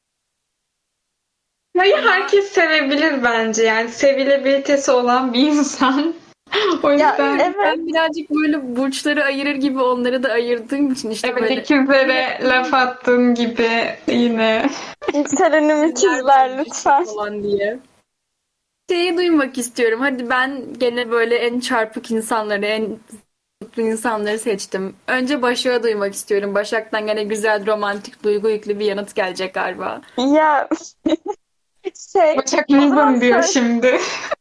Hayır, herkes sevebilir bence, yani sevilebilitesi olan bir insan. O yüzden evet. Ben birazcık böyle burçları ayırır gibi onları da ayırdığım için işte evet, böyle ikizlere laf attığın gibi yine. Yükselenim ikizler lütfen. falan diye. Şeyi duymak istiyorum. Hadi ben gene böyle en çarpık insanları, en mutlu insanları seçtim. Önce Başak'ı duymak istiyorum. Başak'tan gene güzel, romantik, duygu yüklü bir yanıt gelecek galiba. Ya Başak o zaman Nizam diyor şimdi.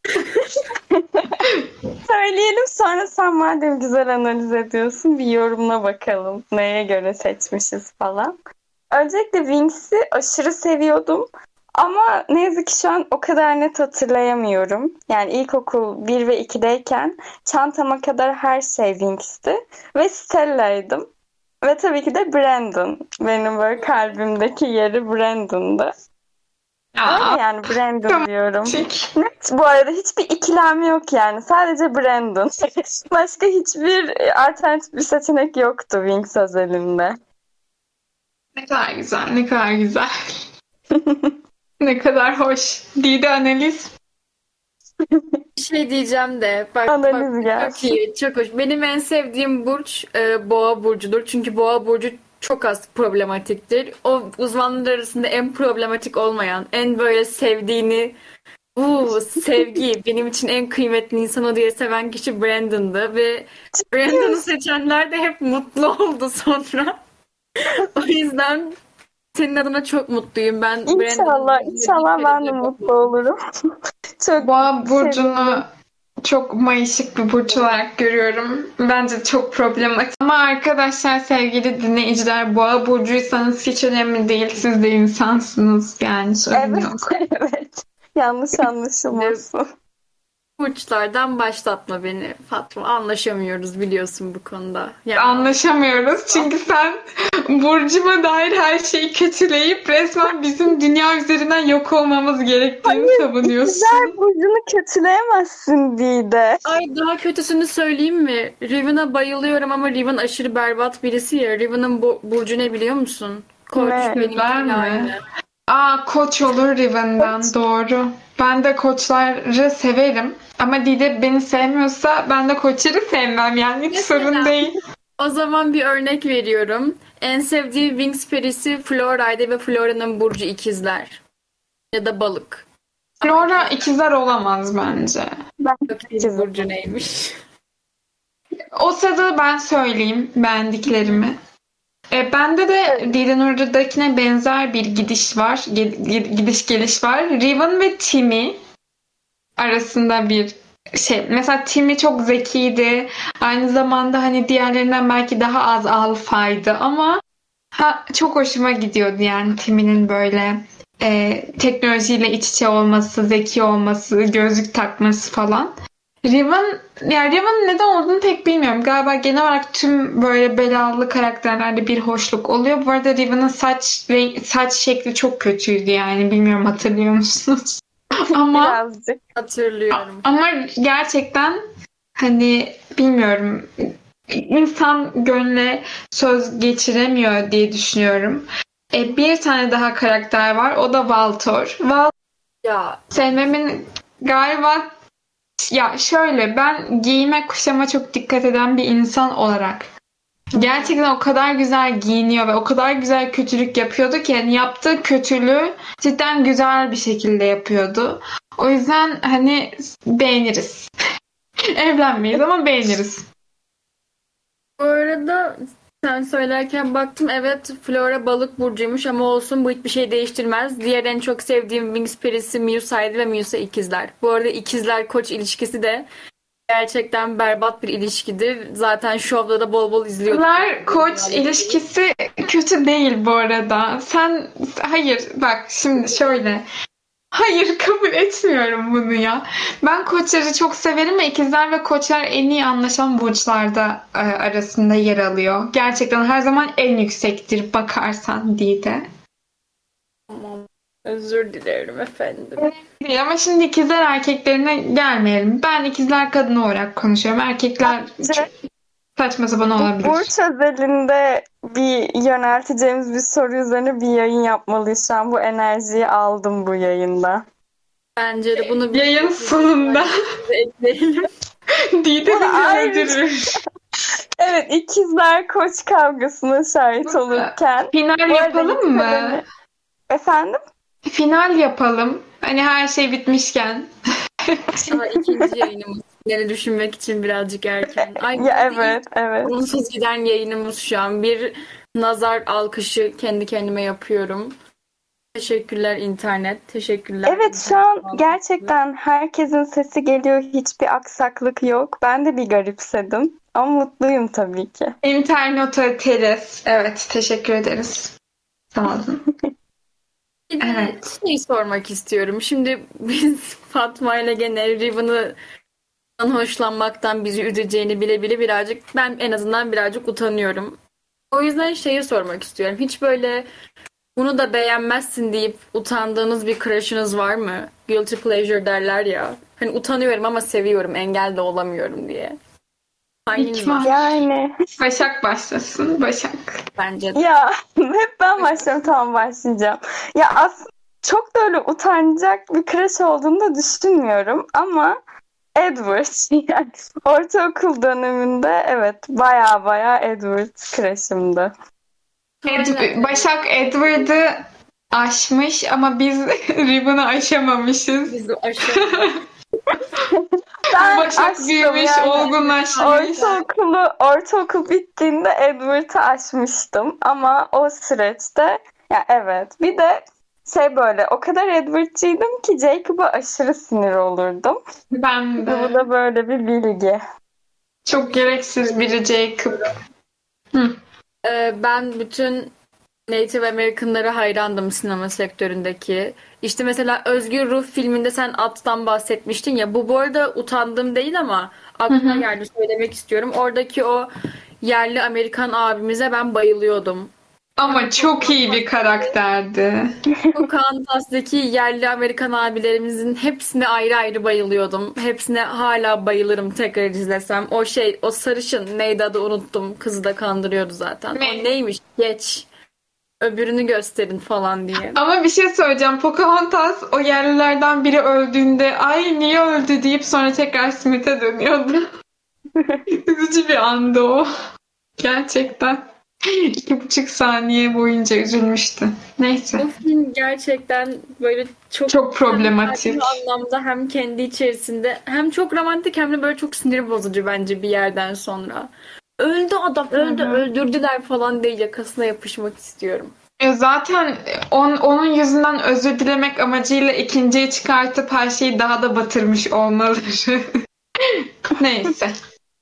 söyleyelim sonra sen madem güzel analiz ediyorsun bir yorumuna bakalım. Neye göre seçmişiz falan. Öncelikle Wings'i aşırı seviyordum. Ama ne yazık ki şu an o kadar net hatırlayamıyorum. Yani ilkokul 1 ve 2'deyken çantama kadar her şey Wings'ti. Ve Stella'ydım. Ve tabii ki de Brandon. Benim böyle kalbimdeki yeri Brandon'dı. Öyle yani Brandon diyorum. Net bu arada hiçbir ikilem yok yani. Sadece Brandon. Başka hiçbir alternatif bir seçenek yoktu Wings özelinde. Ne kadar güzel, ne kadar güzel. Ne kadar hoş. Dide analiz. Bir şey diyeceğim de bak Analiz gel. çok iyi, çok hoş. Benim en sevdiğim burç Boğa burcudur. Çünkü Boğa burcu çok az problematiktir. O uzmanlar arasında en problematik olmayan, en böyle sevdiğini sevgi benim için en kıymetli insan o diye seven kişi Brandon'dı ve Brandon'u seçenler de hep mutlu oldu sonra. O yüzden senin adına çok mutluyum. Ben İnşallah ben de mutlu olurum. Çok Boğa burcunu çok mayışık bir burç olarak görüyorum. Bence çok problematik. Ama arkadaşlar, sevgili dinleyiciler, Boğa burcuysanız hiç önemli değil. Siz de insansınız. Yani sorun yok. Evet. Yanlış anlaşılmasın. burçlardan başlatma beni Fatma. Anlaşamıyoruz biliyorsun bu konuda. Yani Anlaşamıyoruz çünkü sen burcuma dair her şeyi kötüleyip resmen bizim dünya üzerinden yok olmamız gerektiğini savunuyorsun. Güzel burcunu kötüleyemezsin Dide. Ay daha kötüsünü söyleyeyim mi? Riven'a bayılıyorum ama Riven aşırı berbat birisi ya. Riven'ın burcu ne biliyor musun? Koç. Ne? Benimkiyle Güzel mi? aynı. Koç olur Riven'den, doğru. Ben de koçları severim. Ama Dide beni sevmiyorsa ben de koçları sevmem, yani hiç Mesela. sorun değil. O zaman bir örnek veriyorum. En sevdiği Wings perisi Flora'ydı ve Flora'nın burcu ikizler. Ya da balık. Flora ikizler olamaz bence. Bakayım burcu neymiş. O sırada ben söyleyeyim beğendiklerimi. Bende de Dide Nur'dakine benzer bir gidiş var. Gidiş geliş var. Riven ve Timmy arasında bir şey. Mesela Timmy çok zekiydi. Aynı zamanda hani diğerlerinden belki daha az alfaydı ama çok hoşuma gidiyordu yani Timmy'nin böyle teknolojiyle iç içe olması, zeki olması, gözlük takması falan. Riven'ın neden olduğunu pek bilmiyorum. Galiba genel olarak tüm böyle belalı karakterlerde bir hoşluk oluyor. Bu arada Riven'ın saç şekli çok kötüydü yani. Bilmiyorum, hatırlıyor musunuz? Ama Birazcık. Hatırlıyorum. ama gerçekten hani bilmiyorum, insan gönle söz geçiremiyor diye düşünüyorum. Bir tane daha karakter var. O da Valtor. Ya Sevmemin galiba, ya şöyle, ben giyime kuşama çok dikkat eden bir insan olarak gerçekten o kadar güzel giyiniyor ve o kadar güzel kötülük yapıyordu ki, yani yaptığı kötülüğü cidden güzel bir şekilde yapıyordu. O yüzden hani beğeniriz. Evlenmeyiz ama beğeniriz. bu arada sen söylerken baktım, evet Flora balık burcuymuş ama olsun, bu hiçbir şey değiştirmez. Diğer en çok sevdiğim Wings perisi Musa'ydı ve Musa ikizler. Bu arada ikizler koç ilişkisi de gerçekten berbat bir ilişkidir. Zaten şovda da bol bol izliyorduk. Kızlar koç ilişkisi kötü değil bu arada. Hayır, bak şimdi şöyle. Hayır, kabul etmiyorum bunu ya. Ben koçları çok severim ve ikizler ve koçlar en iyi anlaşan burçlarda arasında yer alıyor. Gerçekten her zaman en yüksektir bakarsan diye de. Tamam. Özür dilerim efendim. Değil ama şimdi ikizler erkeklerine gelmeyelim. Ben ikizler kadını olarak konuşuyorum. Erkekler Bence saçma sapan olabilir. burç özelinde bir yönelteceğimiz bir soru üzerine bir yayın yapmalıyız. Şu an bu enerjiyi aldım bu yayında. Bence de bunu bir Yayın sonunda ekleyelim. Didem'i Ayrıca- öldürür. Evet, ikizler koç kavgasına şahit olurken. Final Bu arada yapalım mı? yükseleni- Efendim? Final yapalım. Hani her şey bitmişken. Ama ikinci yayınımız. Yine düşünmek için birazcık erken. Ay, Ya evet, evet. onsuz giden yayınımız şu an. Bir nazar alkışı kendi kendime yapıyorum. Teşekkürler internet. Teşekkürler. Evet, şu an gerçekten herkesin sesi geliyor. Hiçbir aksaklık yok. Ben de bir garipsedim. Ama mutluyum tabii ki. Internota Teres. Evet, teşekkür ederiz. Sağ olun. Bir de Evet. şey sormak istiyorum. Şimdi biz Fatma ile gene Riven'ı hoşlanmaktan bizi üzeceğini bile bile birazcık, ben en azından birazcık utanıyorum. O yüzden şeyi sormak istiyorum. Hiç böyle bunu da beğenmezsin deyip utandığınız bir crush'ınız var mı? Guilty pleasure derler ya. Hani utanıyorum ama seviyorum, engel de olamıyorum diye. Hanginiz var? Yani Başak başlasın. Başak. Bence de. ya hep ben başlıyorum, tamam başlayacağım. Ya aslında çok da öyle utanacak bir crush olduğunu da düşünmüyorum ama Edward, yani ortaokul döneminde evet baya Edward crush'ımdı. Aynen. Başak Edward'ı aşmış ama biz Ribbon'ı aşamamışız. Biz aşağı. Ben Başak aştım büyümüş, yani. olgunlaşmış. Ortaokul bittiğinde Edward'ı aşmıştım ama o süreçte ya evet, bir de böyle o kadar Edward'cıydım ki Jacob'a aşırı sinir olurdum. Ben Bu de. da böyle bir bilgi. Çok gereksiz biri Jacob. Hı. Ben bütün Native American'lara hayrandım sinema sektöründeki. İşte mesela Özgür Ruh filminde sen attan bahsetmiştin ya. Bu arada utandığım değil ama aklıma geldi, söylemek istiyorum. Oradaki o yerli Amerikan abimize ben bayılıyordum. Ama çok iyi bir karakterdi. Pocahontas'taki yerli Amerikan abilerimizin hepsine ayrı ayrı bayılıyordum. Hepsine hala bayılırım tekrar izlesem. O sarışın neydi adı, unuttum. Kızı da kandırıyordu zaten. Ne? O neymiş? Geç. Öbürünü gösterin falan diye. Ama bir şey söyleyeceğim. Pocahontas o yerlilerden biri öldüğünde ay niye öldü deyip sonra tekrar Smith'e dönüyordu. Üzücü bir andı o. Gerçekten. 2,5 saniye boyunca üzülmüştü. Neyse. Bu film gerçekten böyle Çok problematik. hem anlamda hem kendi içerisinde hem çok romantik hem de böyle çok sinir bozucu bence bir yerden sonra. Öldü adam, öldü, öldürdüler falan diye yakasına yapışmak istiyorum. Zaten onun yüzünden özür dilemek amacıyla ikinciyi çıkartıp her şeyi daha da batırmış olmaları. Neyse.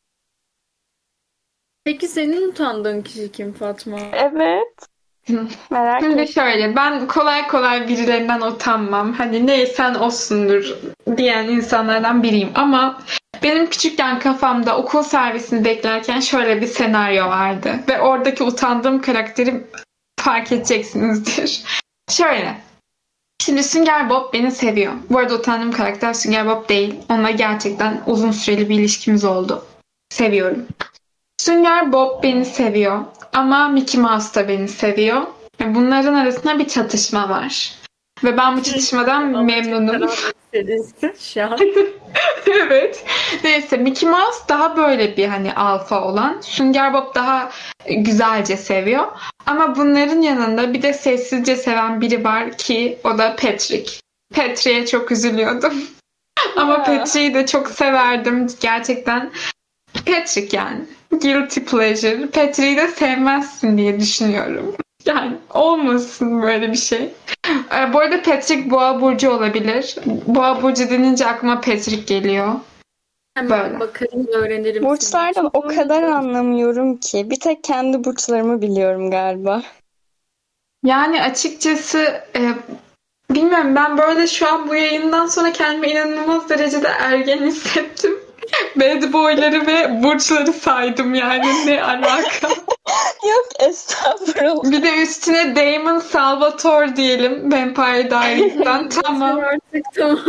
Peki senin utandığın kişi kim Fatma? Evet. Merak Şimdi ettim. şöyle, ben kolay kolay birilerinden utanmam. Hani neysen olsundur diyen insanlardan biriyim. Ama Benim küçükken kafamda okul servisini beklerken şöyle bir senaryo vardı. Ve oradaki utandığım karakteri fark edeceksinizdir. Şöyle. Şimdi Sünger Bob beni seviyor. Bu arada utandığım karakter Sünger Bob değil. Onunla gerçekten uzun süreli bir ilişkimiz oldu. Seviyorum. Sünger Bob beni seviyor. Ama Mickey Mouse da beni seviyor. Ve bunların arasında bir çatışma var. Ve ben bu çatışmadan memnunum. Şu an. Evet. Neyse Mickey Mouse daha böyle bir hani alfa olan. Sünger Bob daha güzelce seviyor. Ama bunların yanında bir de sessizce seven biri var ki o da Patrick. Patrick'e çok üzülüyordum. Ama Patrick'i de çok severdim gerçekten. Patrick yani. Guilty pleasure. Patrick'i de sevmezsin diye düşünüyorum. Yani olmasın böyle bir şey. Bu arada Patrick Boğa burcu olabilir. Boğa burcu denince aklıma Patrick geliyor. Hemen Böyle. bakarım öğrenirim. Burçlardan o kadar anlamıyorum ki. Bir tek kendi burçlarımı biliyorum galiba. Yani açıkçası bilmiyorum, ben böyle şu an bu yayından sonra kendimi inanılmaz derecede ergen hissettim. Bad boyları ve burçları saydım yani ne alaka. Yok estağfurullah. Bir de üstüne Damon Salvatore diyelim Vampire Diaries'tan. Tamam. Artık tamam.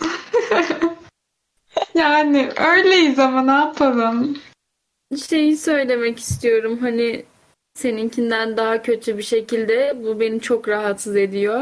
Yani öyleyiz ama ne yapalım. Şeyi söylemek istiyorum. Hani seninkinden daha kötü bir şekilde bu beni çok rahatsız ediyor.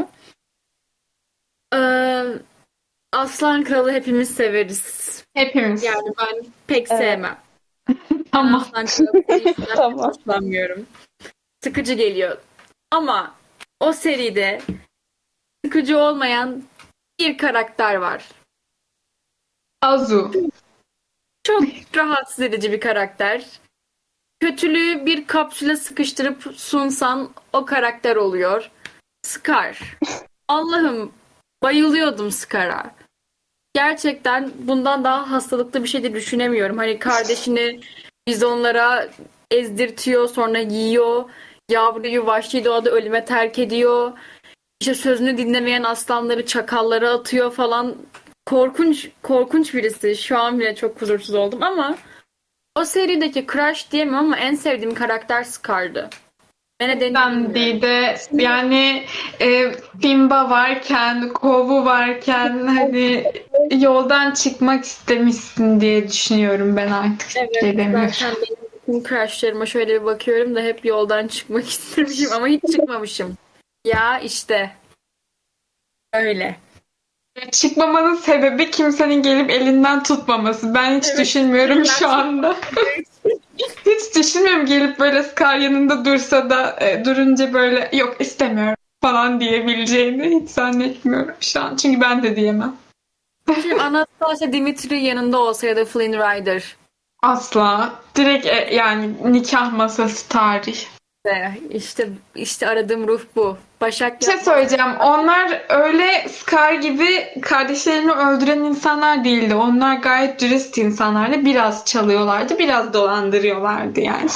Aslan Kralı hepimiz severiz. Hepimiz. Yani ben pek Evet. sevmem. Tamam. Aslan Kralı'ndan Tamam. hoşlanmıyorum. Sıkıcı geliyor. Ama o seride sıkıcı olmayan bir karakter var. Azu. Çok rahatsız edici bir karakter. Kötülüğü bir kapsüle sıkıştırıp sunsan o karakter oluyor. Scar. Allah'ım, bayılıyordum Scar'a. Gerçekten bundan daha hastalıklı bir şey de düşünemiyorum. Hani kardeşini bizonlara ezdirtiyor, sonra yiyor. Yavruyu vahşi doğada ölüme terk ediyor. İşte sözünü dinlemeyen aslanları çakallara atıyor falan. Korkunç, korkunç birisi. Şu an bile çok huzursuz oldum ama o serideki crush diyemem ama en sevdiğim karakter Scar'dı. Ben nedenini Ben bilmiyorum. değil de yani Simba varken, Kovu varken hani yoldan çıkmak istemişsin diye düşünüyorum ben artık. Evet, Şey demiyorum. zaten benim bütün crushlarıma şöyle bir bakıyorum da hep yoldan çıkmak istemişim ama hiç çıkmamışım. Ya işte öyle. Çıkmamanın sebebi kimsenin gelip elinden tutmaması. Ben hiç Evet, düşünmüyorum elinden şu anda. Hiç düşünmüyorum gelip böyle Scar yanında dursa da durunca böyle yok istemiyorum falan diyebileceğini hiç zannetmiyorum şu an. Çünkü ben de diyemem. Şimdi Anastasia Dimitri yanında olsa ya da Flynn Rider. Asla. Direkt yani nikah masası tarih. İşte aradığım ruh bu. Başak Bir şey söyleyeceğim. Onlar öyle Scar gibi kardeşlerini öldüren insanlar değildi. Onlar gayet dürüst insanlardı. Biraz çalıyorlardı, biraz dolandırıyorlardı yani.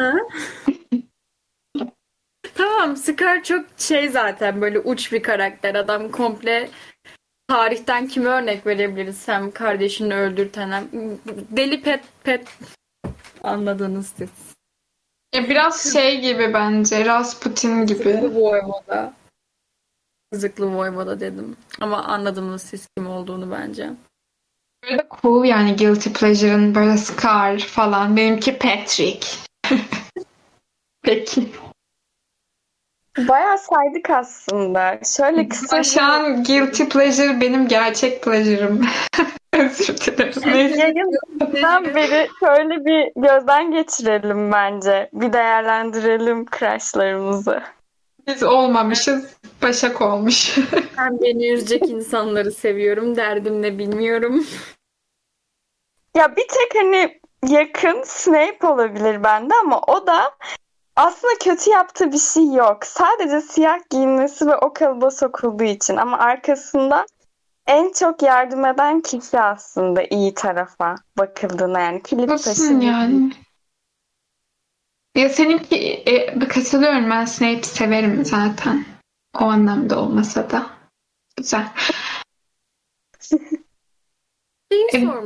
Tamam, Scar çok zaten böyle uç bir karakter. Adam komple tarihten kime örnek verebiliriz? Hem kardeşini öldürten hem deli pet anladınız siz. Biraz şey gibi bence. Rasputin gibi. Kızıklı Voyvoda. Kızıklı Voyvoda dedim. Ama anladınız siz kim olduğunu bence. Böyle cool yani Guilty Pleasure'ın böyle Scar falan. Benimki Patrick. Peki. Bayağı saydık aslında. Şöyle kısa Şu an Guilty Pleasure benim gerçek pleasure'ım. Özür dilerim. Neyse. yayından beri şöyle bir gözden geçirelim bence. Bir değerlendirelim crushlarımızı. Biz olmamışız. Başak olmuş. Ben beni üzecek insanları seviyorum. Derdim ne bilmiyorum. Ya bir tek hani yakın Snape olabilir bende ama o da aslında kötü yaptığı bir şey yok. Sadece siyah giyinmesi ve o kalıba sokulduğu için. Ama arkasında en çok yardım eden kişi aslında iyi tarafa bakıldığında yani kilit taşı. Olsun yani. Ya seninki katılıyorum, ben Snape'i severim zaten. O anlamda olmasa da. Güzel. Şeyi Evet. sormak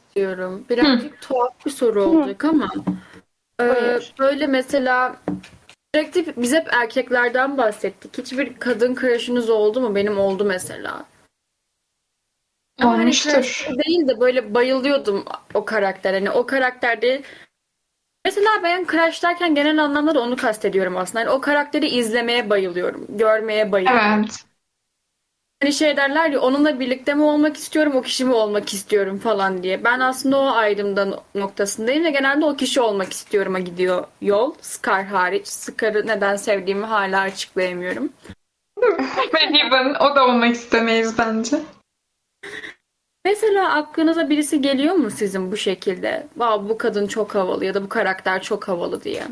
istiyorum. Hı. Birazcık tuhaf bir soru Hı, olacak ama buyur. böyle mesela sürekli biz hep erkeklerden bahsettik. Hiçbir kadın crush'ınız oldu mu? Benim oldu mesela. Ama hani crush Olmuştur. gibi değil de böyle bayılıyordum o karakter. Hani o karakterde mesela ben crush derken genel anlamda da onu kastediyorum aslında. Hani o karakteri izlemeye bayılıyorum. Görmeye bayılıyorum. Evet. Hani şey derler ya onunla birlikte mi olmak istiyorum, o kişi mi olmak istiyorum falan diye. Ben aslında o ayrımda noktasındayım ve genelde o kişi olmak istiyorum'a gidiyor yol. Scar hariç. Scar'ı neden sevdiğimi hala açıklayamıyorum. Ve Riven, o da olmak istemeyiz bence. Mesela aklınıza birisi geliyor mu sizin bu şekilde? Vav bu kadın çok havalı ya da bu karakter çok havalı diye.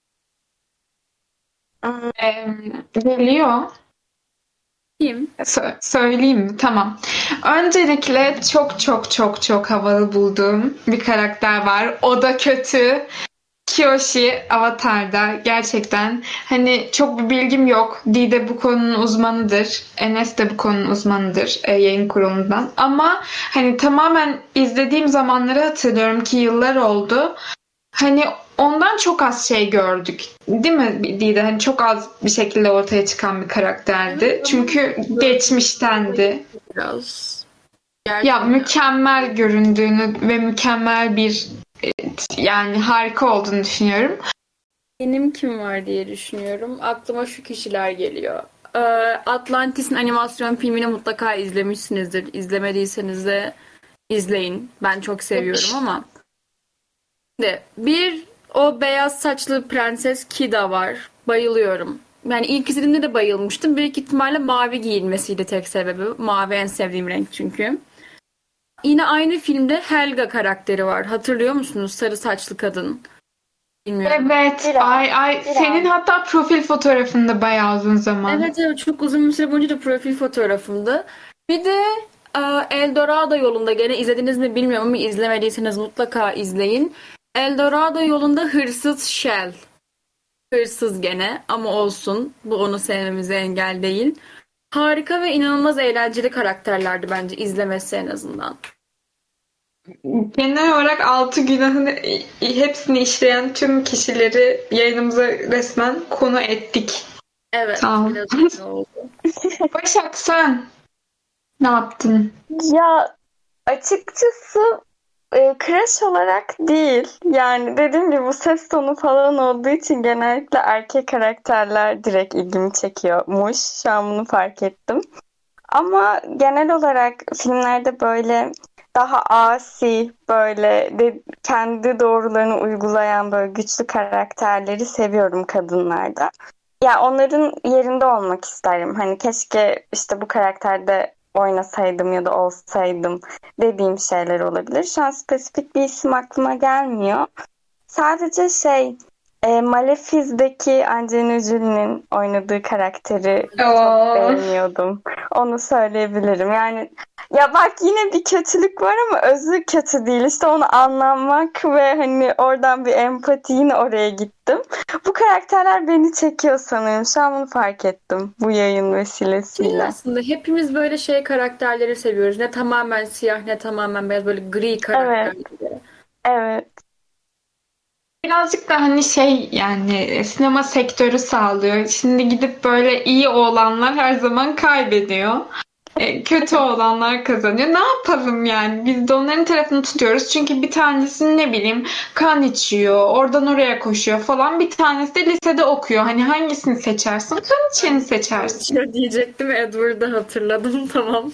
Hmm, Geliyor. Kim? Söyleyeyim mi? Tamam. Öncelikle çok çok çok çok havalı bulduğum bir karakter var. O da kötü. Kyoshi Avatar'da gerçekten hani çok bir bilgim yok. Dide bu konunun uzmanıdır. Enes de bu konunun uzmanıdır yayın kurulundan. Ama hani tamamen izlediğim zamanları hatırlıyorum ki yıllar oldu. Hani ondan çok az şey gördük. Değil mi Dide? Hani çok az bir şekilde ortaya çıkan bir Evet karakterdi. ama Çünkü böyle geçmiştendi. biraz Ya gerçekten. mükemmel göründüğünü ve mükemmel bir e, yani harika olduğunu düşünüyorum. Benim kim var diye düşünüyorum. Aklıma şu kişiler geliyor. Ee, Atlantis'in animasyon filmini mutlaka izlemişsinizdir. İzlemediyseniz de izleyin. Ben çok seviyorum ama. De bir o beyaz saçlı prenses Kida var. Bayılıyorum. Yani ilk izlediğimde de bayılmıştım. Büyük ihtimalle mavi giyinmesiydi tek sebebi. Mavi en sevdiğim renk çünkü. Yine aynı filmde Helga karakteri var. Hatırlıyor musunuz? Sarı saçlı kadın. Bilmiyorum. Evet, biraz, ay senin biraz. hatta profil fotoğrafında bayağı uzun zaman. Evet evet çok uzun bir süre boyunca da profil fotoğrafımdı. Bir de Eldorado yolunda gene izlediniz mi bilmiyorum ama izlemediyseniz mutlaka izleyin. Eldorado yolunda hırsız Shell. Hırsız gene ama olsun. Bu onu sevmemize engel değil. Harika ve inanılmaz eğlenceli karakterlerdi bence izlemesi en azından. Genel olarak altı günahın hepsini işleyen tüm kişileri yayınımıza resmen konu ettik. Evet Sağ ol. biraz öyle oldu. Başak sen ne yaptın? Ya açıkçası crush olarak değil. Yani dediğim gibi bu ses tonu falan olduğu için genellikle erkek karakterler direkt ilgimi çekiyormuş. Şu an bunu fark ettim. Ama genel olarak filmlerde böyle daha asi, böyle de kendi doğrularını uygulayan böyle güçlü karakterleri seviyorum kadınlarda. Ya onların yerinde olmak isterim. Hani keşke işte bu karakterde oynasaydım ya da olsaydım dediğim şeyler olabilir. Şu an spesifik bir isim aklıma gelmiyor. Sadece Malefiz'deki Angelina Jolie'nin oynadığı karakteri çok Oo. beğeniyordum. Onu söyleyebilirim. Yani ya bak yine bir kötülük var ama özü kötü değil. İşte onu anlamak ve hani oradan bir empati yine oraya gittim. Bu karakterler beni çekiyor sanırım. Şu an bunu fark ettim bu yayın Şey vesilesiyle. aslında hepimiz böyle şey karakterleri seviyoruz. Ne tamamen siyah ne tamamen beyaz böyle gri Evet, karakterleri. evet. Birazcık da hani şey yani sinema sektörü sağlıyor. Şimdi gidip böyle iyi olanlar her zaman kaybediyor. Kötü olanlar kazanıyor. Ne yapalım yani? Biz de onların tarafını tutuyoruz. Çünkü bir tanesi ne bileyim kan içiyor, oradan oraya koşuyor falan. Bir tanesi de lisede okuyor. Hani hangisini seçersin? Kan içeni seçersin. Şey diyecektim Edward'ı hatırladım tamam.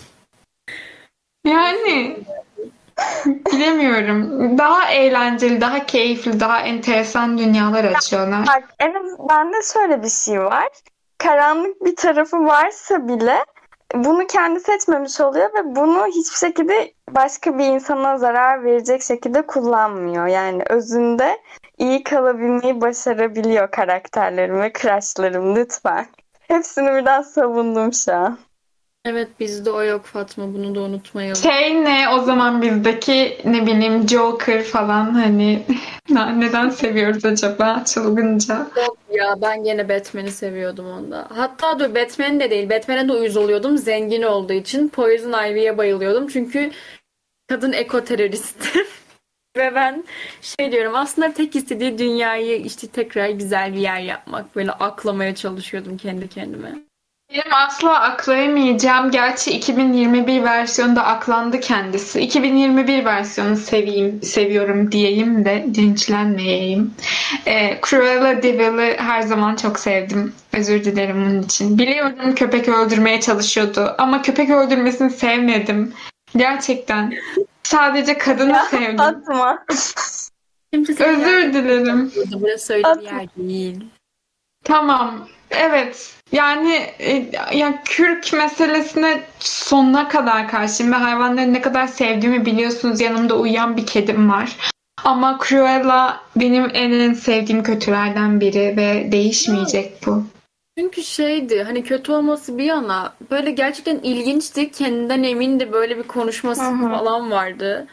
Yani bilemiyorum. Daha eğlenceli, daha keyifli, daha enteresan dünyalar açıyorlar. Bak bende şöyle bir şey var. Karanlık bir tarafı varsa bile bunu kendi seçmemiş oluyor ve bunu hiçbir şekilde başka bir insana zarar verecek şekilde kullanmıyor. Yani özünde iyi kalabilmeyi başarabiliyor karakterlerim ve crushlarım lütfen. Hepsini birden savundum şu an. Evet bizde o yok Fatma bunu da unutmayalım. Şey ne o zaman bizdeki ne bileyim Joker falan hani neden seviyoruz acaba çılgınca? Yok ya ben gene Batman'i seviyordum onda. Hatta dur Batman de değil. Batman'e de uyuz oluyordum zengin olduğu için. Poison Ivy'ye bayılıyordum. Çünkü kadın eko terörist. Ve ben şey diyorum, aslında tek istediği dünyayı işte tekrar güzel bir yer yapmak. Böyle aklamaya çalışıyordum kendi kendime. Benim asla aklayamayacağım. Gerçi 2021 versiyonda aklandı kendisi. 2021 versiyonu seviyorum diyeyim de linçlenmeyeyim. Cruella de Vil'ı her zaman çok sevdim. Özür dilerim bunun için. Biliyorum köpek öldürmeye çalışıyordu ama köpek öldürmesini sevmedim. Gerçekten. Sadece kadını sevdim. Atma. Kimse seni Özür dilerim. burada. Burası öyle bir yer değil. Tamam. Evet. Yani ya kürk meselesine sonuna kadar karşıyım ve hayvanları ne kadar sevdiğimi biliyorsunuz. Yanımda uyuyan bir kedim var. Ama Cruella benim en sevdiğim kötülerden biri ve değişmeyecek bu. Çünkü şeydi, hani kötü olması bir yana böyle gerçekten ilginçti. Kendinden emindi, böyle bir konuşması falan vardı.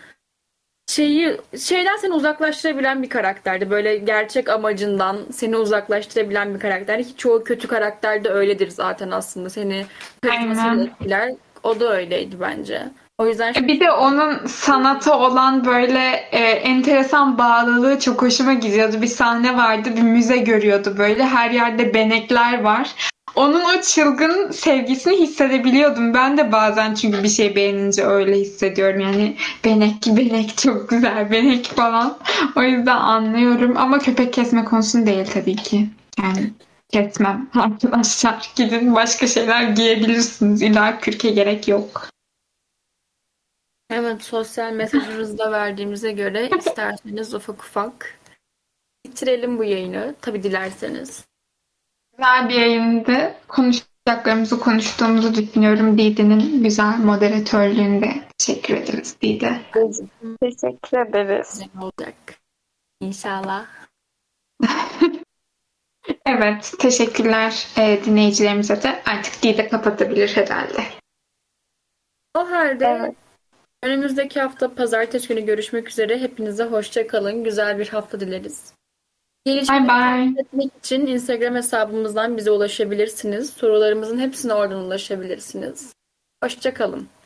Şeyden seni uzaklaştırabilen bir karakterdi. Böyle gerçek amacından seni uzaklaştırabilen bir karakterdi. Ki çoğu kötü karakter de öyledir zaten aslında. Seni karizmasıyla Aynen. etkiler. O da öyleydi bence. O yüzden Bir de onun sanata olan böyle enteresan bağlılığı çok hoşuma gidiyordu. Bir sahne vardı, bir müze görüyordu böyle. Her yerde benekler var. Onun o çılgın sevgisini hissedebiliyordum. Ben de bazen çünkü bir şey beğenince öyle hissediyorum. Yani benek çok güzel, benek falan. O yüzden anlıyorum. Ama köpek kesme konusunu değil tabii ki. Yani kesmem arkadaşlar. Gidin başka şeyler giyebilirsiniz. İlla kürke gerek yok. evet, sosyal mesajımızı da verdiğimize göre isterseniz ufak ufak bitirelim bu yayını. Tabii dilerseniz. Güzel bir yayındı. Konuşacaklarımızı konuştuğumuzu düşünüyorum. Didi'nin güzel moderatörlüğünde. Teşekkür ederiz Didi. Teşekkür ederiz. Güzel olacak. İnşallah. Evet, teşekkürler dinleyicilerimize de. Artık Didi kapatabilir herhalde. O halde Evet. önümüzdeki hafta pazartesi günü görüşmek üzere. Hepinize hoşça kalın. Güzel bir hafta dileriz. Bye Gelişmeleri bye. takip etmek için Instagram hesabımızdan bize ulaşabilirsiniz. Sorularımızın hepsine oradan ulaşabilirsiniz. Hoşça kalın.